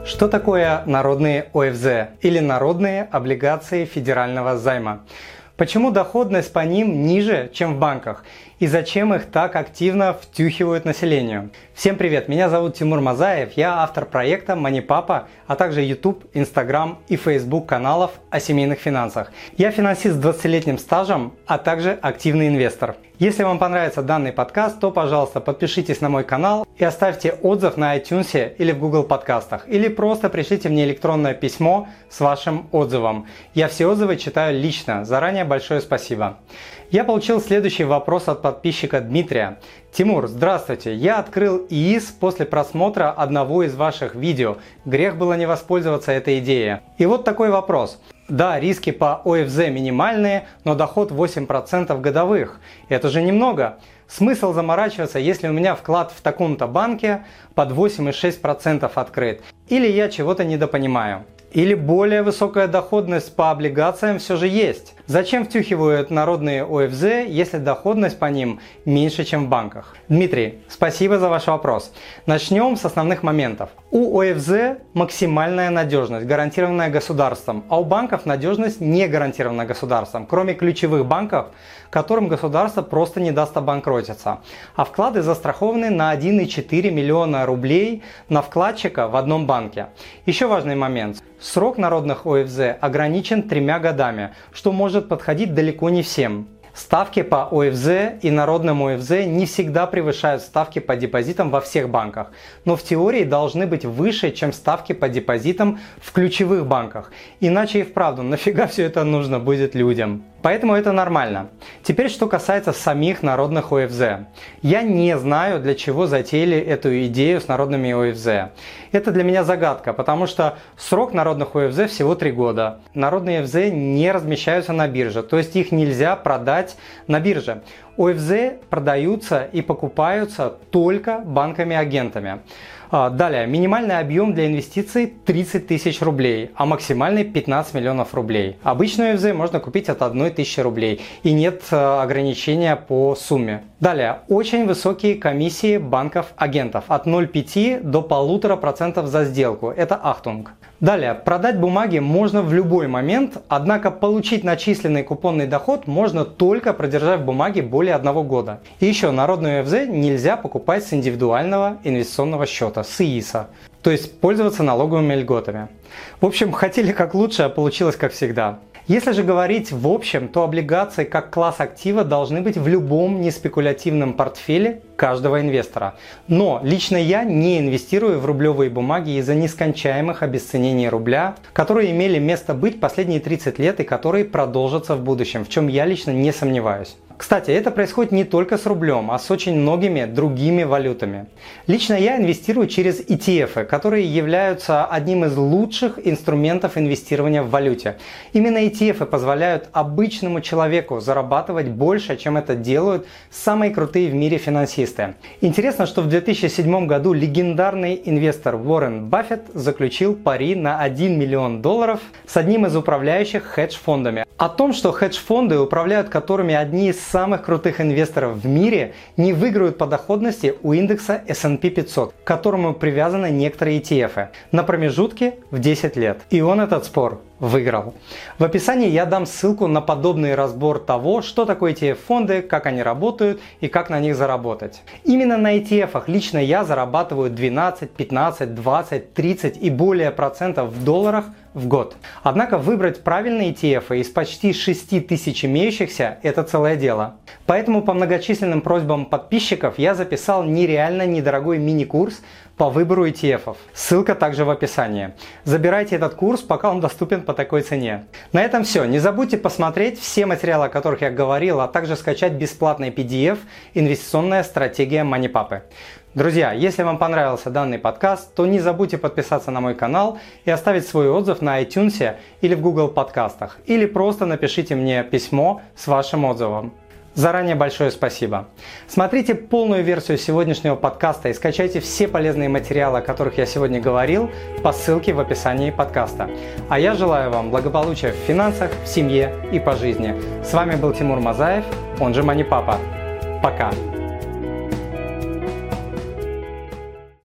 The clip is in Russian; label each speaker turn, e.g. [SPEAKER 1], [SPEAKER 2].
[SPEAKER 1] Что такое народные ОФЗ или народные облигации федерального займа? Почему доходность по ним ниже, чем в банках? И зачем их так активно втюхивают населению? Всем привет, меня зовут Тимур Мазаев, я автор проекта MoneyPapa, а также YouTube, Instagram и Facebook каналов о семейных финансах. Я финансист с 20-летним стажем, а также активный инвестор. Если вам понравится данный подкаст, то, пожалуйста, подпишитесь на мой канал и оставьте отзыв на iTunes или в Google подкастах, или просто пришлите мне электронное письмо с вашим отзывом. Я все отзывы читаю лично, заранее большое спасибо. Я получил следующий вопрос от подписчика Дмитрия. Тимур, здравствуйте, я открыл ИИС после просмотра одного из ваших видео. Грех было не воспользоваться этой идеей. И вот такой вопрос. Да, риски по ОФЗ минимальные, но доход 8% годовых. Это же немного. Смысл заморачиваться, если у меня вклад в таком-то банке под 8,6% открыт? Или я чего-то недопонимаю? Или более высокая доходность по облигациям все же есть? Зачем втюхивают народные ОФЗ, если доходность по ним меньше, чем в банках? Дмитрий, спасибо за ваш вопрос. Начнем с основных моментов. У ОФЗ максимальная надежность, гарантированная государством, а у банков надежность не гарантирована государством, кроме ключевых банков, которым государство просто не даст обанкротиться. А вклады застрахованы на 1,4 миллиона рублей на вкладчика в одном банке. Еще важный момент. Срок народных ОФЗ ограничен 3 годами, что может подходить далеко не всем. Ставки по ОФЗ и народным ОФЗ не всегда превышают ставки по депозитам во всех банках, но в теории должны быть выше, чем ставки по депозитам в ключевых банках. Иначе и вправду, нафига все это нужно будет людям? Поэтому это нормально. Теперь, что касается самих народных ОФЗ. Я не знаю, для чего затеяли эту идею с народными ОФЗ. Это для меня загадка, потому что срок народных ОФЗ всего 3 года. Народные ОФЗ не размещаются на бирже, то есть их нельзя продать на бирже. ОФЗ продаются и покупаются только банками-агентами. Далее, минимальный объем для инвестиций 30 тысяч рублей, а максимальный 15 миллионов рублей. Обычную ОФЗ можно купить от 1 тысячи рублей и нет ограничения по сумме. Далее, очень высокие комиссии банков-агентов от 0,5 до 1,5% за сделку. Это ахтунг. Далее, продать бумаги можно в любой момент, однако получить начисленный купонный доход можно только продержав бумаги более 1 года. И еще народную ОФЗ нельзя покупать с индивидуального инвестиционного счета, с ИИСа, то есть пользоваться налоговыми льготами. В общем, хотели как лучше, а получилось как всегда. Если же говорить в общем, то облигации как класс актива должны быть в любом неспекулятивном портфеле каждого инвестора. Но лично я не инвестирую в рублевые бумаги из-за нескончаемых обесценений рубля, которые имели место быть последние 30 лет и которые продолжатся в будущем, в чем я лично не сомневаюсь. Кстати, это происходит не только с рублем, а с очень многими другими валютами. Лично я инвестирую через ETF, которые являются одним из лучших инструментов инвестирования в валюте. Именно ETF позволяют обычному человеку зарабатывать больше, чем это делают самые крутые в мире финансисты. Интересно, что в 2007 году легендарный инвестор Уоррен Баффет заключил пари на $1 миллион с одним из управляющих хедж-фондами. О том, что хедж-фонды, управляют которыми одни из самых крутых инвесторов в мире, не выиграют по доходности у индекса S&P 500, к которому привязаны некоторые ETF, на промежутке в 10 лет. И он этот спор выиграл. В описании я дам ссылку на подобный разбор того, что такое ETF-фонды, как они работают и как на них заработать. Именно на ETF лично я зарабатываю 12, 15, 20, 30 и более процентов в долларах в год. Однако выбрать правильные ETF из почти 6 тысяч имеющихся – это целое дело. Поэтому по многочисленным просьбам подписчиков я записал нереально недорогой мини-курс по выбору ETF. Ссылка также в описании. Забирайте этот курс, пока он доступен по такой цене. На этом все. Не забудьте посмотреть все материалы, о которых я говорил, а также скачать бесплатный PDF «Инвестиционная стратегия MoneyPapa». Друзья, если вам понравился данный подкаст, то не забудьте подписаться на мой канал и оставить свой отзыв на iTunes или в Google подкастах. Или просто напишите мне письмо с вашим отзывом. Заранее большое спасибо. Смотрите полную версию сегодняшнего подкаста и скачайте все полезные материалы, о которых я сегодня говорил, по ссылке в описании подкаста. А я желаю вам благополучия в финансах, в семье и по жизни. С вами был Тимур Мазаев, он же MoneyPapa. Пока!